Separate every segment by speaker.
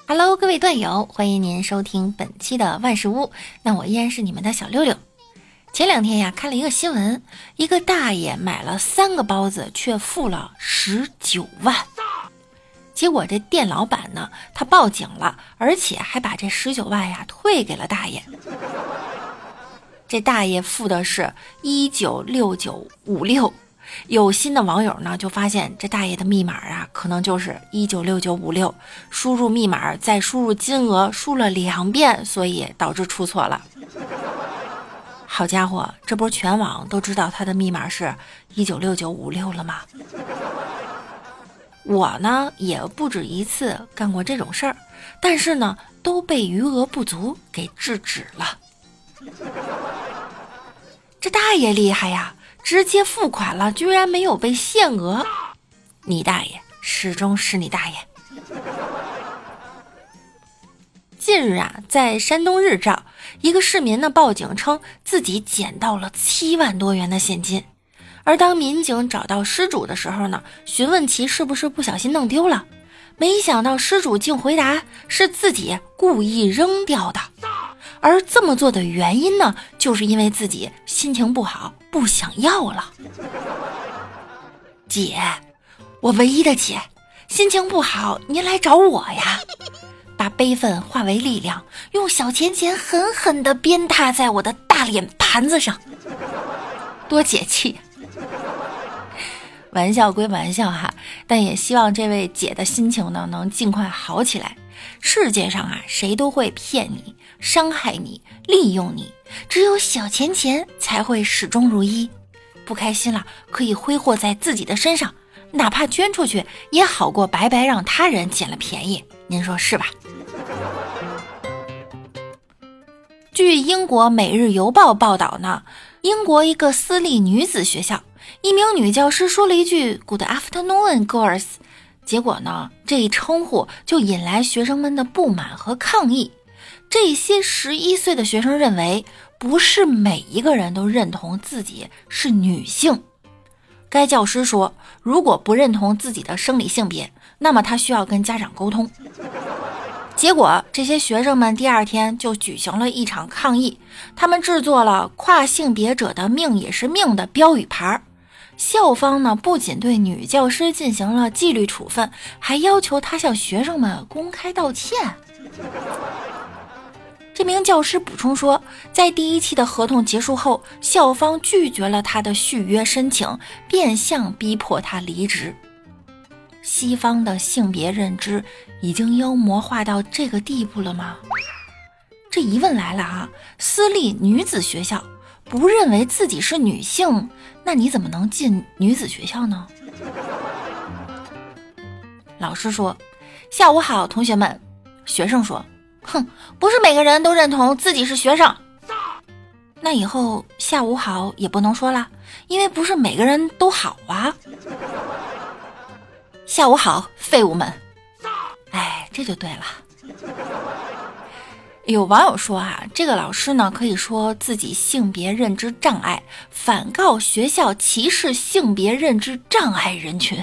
Speaker 1: Hello， 各位段友，欢迎您收听本期的万事屋。那我依然是你们的小六六。前两天呀，看了一个新闻，一个大爷买了3个包子，却付了19万。结果这店老板呢，他报警了，而且还把这19万呀退给了大爷。这大爷付的是196956。有心的网友呢就发现这大爷的密码啊可能就是196956，输入密码再输入金额输了2遍，所以导致出错了。好家伙，这波全网都知道他的密码是196956了吗？我呢也不止一次干过这种事儿，但是呢都被余额不足给制止了。这大爷厉害呀，直接付款了，居然没有被限额。你大爷，始终是你大爷。近日啊，在山东日照，一个市民呢报警称自己捡到了7万多元的现金。而当民警找到失主的时候呢，询问其是不是不小心弄丢了，没想到失主竟回答是自己故意扔掉的。而这么做的原因呢，就是因为自己心情不好，不想要了。姐，我唯一的姐，心情不好您来找我呀，把悲愤化为力量，用小钱钱狠狠地鞭挞在我的大脸盘子上，多解气。玩笑归玩笑哈，但也希望这位姐的心情呢能尽快好起来。世界上啊，谁都会骗你、伤害你、利用你，只有小钱钱才会始终如一。不开心了，可以挥霍在自己的身上，哪怕捐出去，也好过白白让他人捡了便宜。您说是吧？据英国《每日邮报》报道呢，英国一个私立女子学校，一名女教师说了一句 Good afternoon, girls。结果呢，这一称呼就引来学生们的不满和抗议。这些11岁的学生认为，不是每一个人都认同自己是女性。该教师说，如果不认同自己的生理性别，那么他需要跟家长沟通。结果这些学生们第2天就举行了一场抗议，他们制作了跨性别者的命也是命的标语牌。校方呢不仅对女教师进行了纪律处分，还要求她向学生们公开道歉。这名教师补充说，在第1期的合同结束后，校方拒绝了他的续约申请，变相逼迫他离职。西方的性别认知已经妖魔化到这个地步了吗？这疑问来了啊，私立女子学校不认为自己是女性，那你怎么能进女子学校呢？老师说，下午好，同学们。学生说，哼，不是每个人都认同自己是学生。那以后下午好也不能说了，因为不是每个人都好啊。下午好，废物们。哎，这就对了。有网友说啊，这个老师呢可以说自己性别认知障碍，反告学校歧视性别认知障碍人群。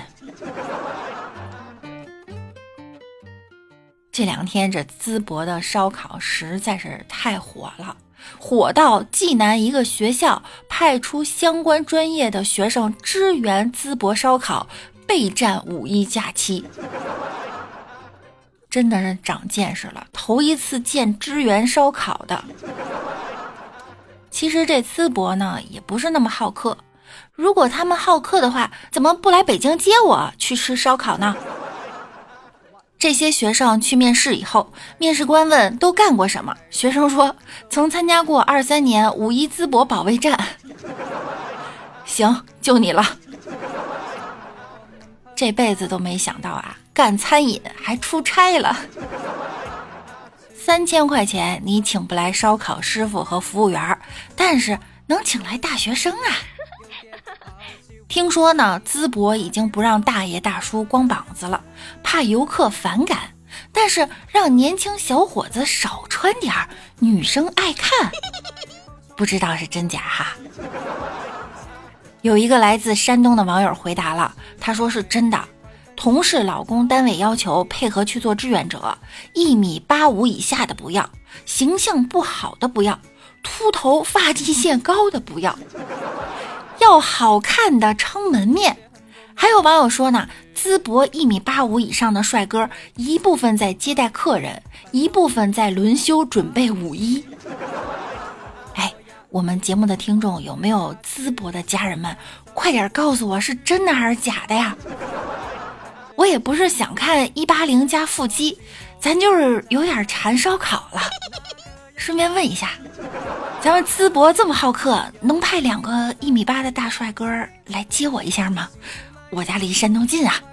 Speaker 1: 这2天这淄博的烧烤实在是太火了，火到济南一个学校派出相关专业的学生支援淄博烧烤，备战5一假期。真的是长见识了，头一次见支援烧烤的。其实这淄博呢也不是那么好客，如果他们好客的话，怎么不来北京接我去吃烧烤呢？这些学生去面试以后，面试官问都干过什么，学生说曾参加过23年5一淄博保卫战。行，就你了。这辈子都没想到啊，干餐饮还出差了。3000块钱你请不来烧烤师傅和服务员，但是能请来大学生啊。听说呢，淄博已经不让大爷大叔光膀子了，怕游客反感，但是让年轻小伙子少穿点儿，女生爱看。不知道是真假哈。有一个来自山东的网友回答了，他说是真的。 同事老公单位要求配合去做志愿者，1.85米以下的不要，形象不好的不要，秃头发际线高的不要，要好看的撑门面。还有网友说呢，淄博1.85米以上的帅哥，一部分在接待客人，一部分在轮休准备五一。哎，我们节目的听众有没有淄博的家人们，快点告诉我是真的还是假的呀？我也不是想看180加腹肌，咱就是有点馋烧烤了。顺便问一下，咱们淄博这么好客，能派2个1.8米的大帅哥来接我一下吗？我家离山东近啊。